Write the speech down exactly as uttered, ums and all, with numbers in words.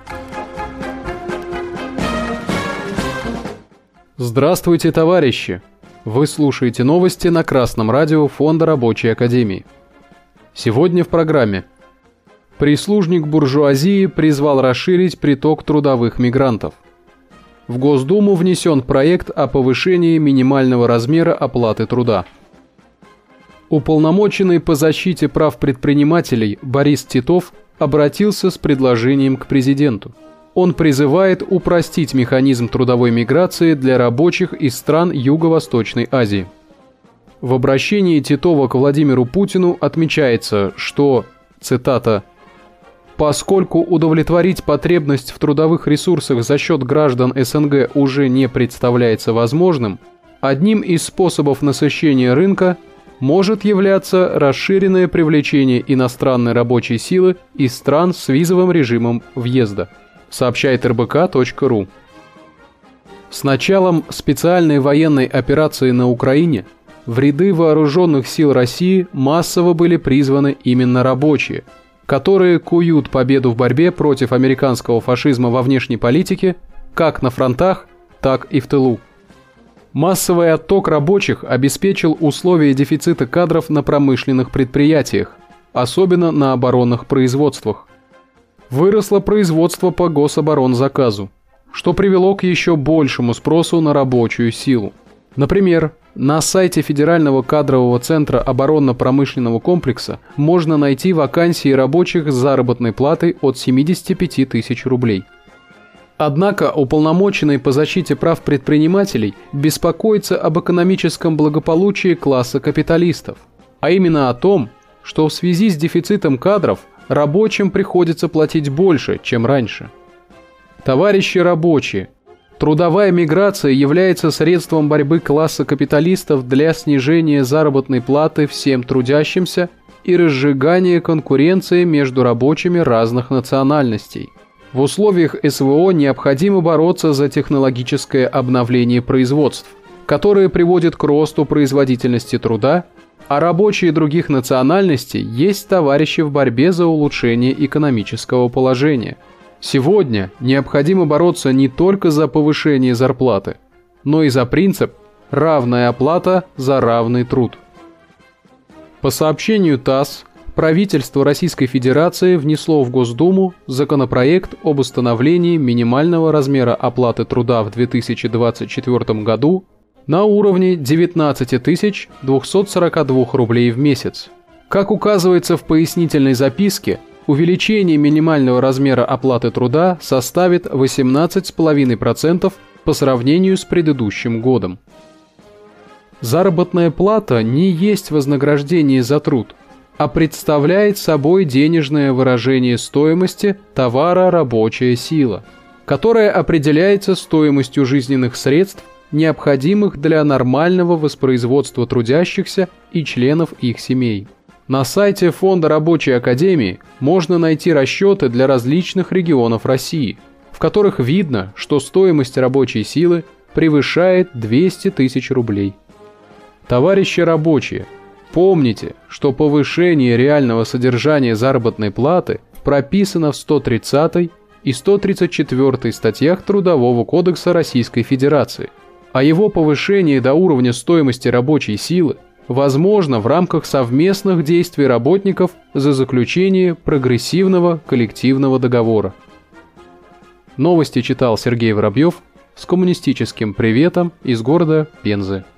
Здравствуйте, товарищи! Вы слушаете новости на Красном радио Фонда Рабочей Академии. Сегодня в программе. Прислужник буржуазии призвал расширить приток трудовых мигрантов. В Госдуму внесен проект о повышении минимального размера оплаты труда. Уполномоченный по защите прав предпринимателей Борис Титов обратился с предложением к президенту. Он призывает упростить механизм трудовой миграции для рабочих из стран Юго-Восточной Азии. В обращении Титова к Владимиру Путину отмечается, что, цитата, «поскольку удовлетворить потребность в трудовых ресурсах за счет граждан СНГ уже не представляется возможным, одним из способов насыщения рынка может являться расширенное привлечение иностранной рабочей силы из стран с визовым режимом въезда», сообщает эр бэ ка точка ру. С началом специальной военной операции на Украине в ряды вооруженных сил России массово были призваны именно рабочие, которые куют победу в борьбе против американского фашизма во внешней политике как на фронтах, так и в тылу. Массовый отток рабочих обеспечил условия дефицита кадров на промышленных предприятиях, особенно на оборонных производствах. Выросло производство по гособоронзаказу, что привело к еще большему спросу на рабочую силу. Например, на сайте Федерального кадрового центра оборонно-промышленного комплекса можно найти вакансии рабочих с заработной платой от семидесяти пяти тысяч рублей. Однако уполномоченный по защите прав предпринимателей беспокоится об экономическом благополучии класса капиталистов, а именно о том, что в связи с дефицитом кадров рабочим приходится платить больше, чем раньше. Товарищи рабочие, трудовая миграция является средством борьбы класса капиталистов для снижения заработной платы всем трудящимся и разжигания конкуренции между рабочими разных национальностей. В условиях эс вэ о необходимо бороться за технологическое обновление производств, которое приводит к росту производительности труда, а рабочие других национальностей есть товарищи в борьбе за улучшение экономического положения. Сегодня необходимо бороться не только за повышение зарплаты, но и за принцип «равная оплата за равный труд». По сообщению ТАСС, правительство Российской Федерации внесло в Госдуму законопроект об установлении минимального размера оплаты труда в две тысячи двадцать четвёртом году на уровне девятнадцать тысяч двести сорок два рублей в месяц. Как указывается в пояснительной записке, увеличение минимального размера оплаты труда составит восемнадцать целых пять десятых процента по сравнению с предыдущим годом. Заработная плата не есть вознаграждение за труд, а представляет собой денежное выражение стоимости товара рабочая сила, которая определяется стоимостью жизненных средств, необходимых для нормального воспроизводства трудящихся и членов их семей. На сайте Фонда Рабочей Академии можно найти расчеты для различных регионов России, в которых видно, что стоимость рабочей силы превышает двести тысяч рублей. Товарищи рабочие, помните, что повышение реального содержания заработной платы прописано в сто тридцатой и сто тридцать четвёртой статьях Трудового кодекса Российской Федерации, а его повышение до уровня стоимости рабочей силы возможно в рамках совместных действий работников за заключение прогрессивного коллективного договора. Новости читал Сергей Воробьев с коммунистическим приветом из города Пензы.